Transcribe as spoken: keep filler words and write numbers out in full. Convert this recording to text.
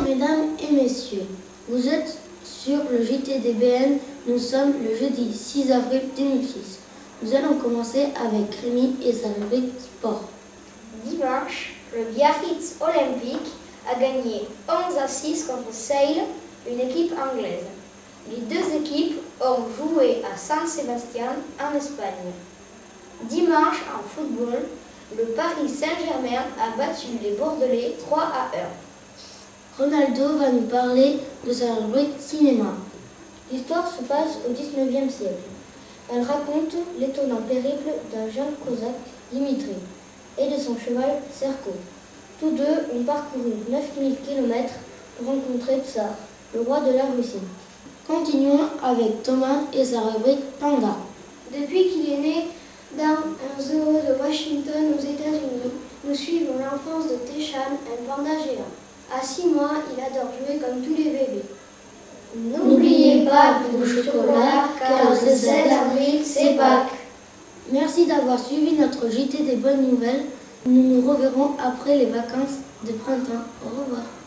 mesdames et messieurs, vous êtes sur le J T des B N, nous sommes le jeudi six avril deux mille six. Nous allons commencer avec Rémi et sa rubrique sport. Dimanche, le Biarritz Olympique a gagné onze à six contre Sale, une équipe anglaise. Les deux équipes ont joué à San Sebastián en Espagne. Dimanche, en football, le Paris Saint-Germain a battu les Bordelais trois à un. Ronaldo va nous parler de sa rubrique cinéma. L'histoire se passe au dix-neuvième siècle. Elle raconte l'étonnant périple d'un jeune cosaque, Dimitri, et de son cheval, Serko. Tous deux ont parcouru neuf mille kilomètres pour rencontrer Tsar, le roi de la Russie. Continuons avec Thomas et sa rubrique Panda. Depuis qu'il est né dans un zoo de Washington aux États-Unis, nous suivons l'enfance de Teshan, un panda géant. À six mois, il adore jouer comme tous les bébés. N'oubliez pas le chocolat, car le sept avril, c'est Pâques. Merci d'avoir suivi notre J T des bonnes nouvelles. Nous nous reverrons après les vacances de printemps. Au revoir.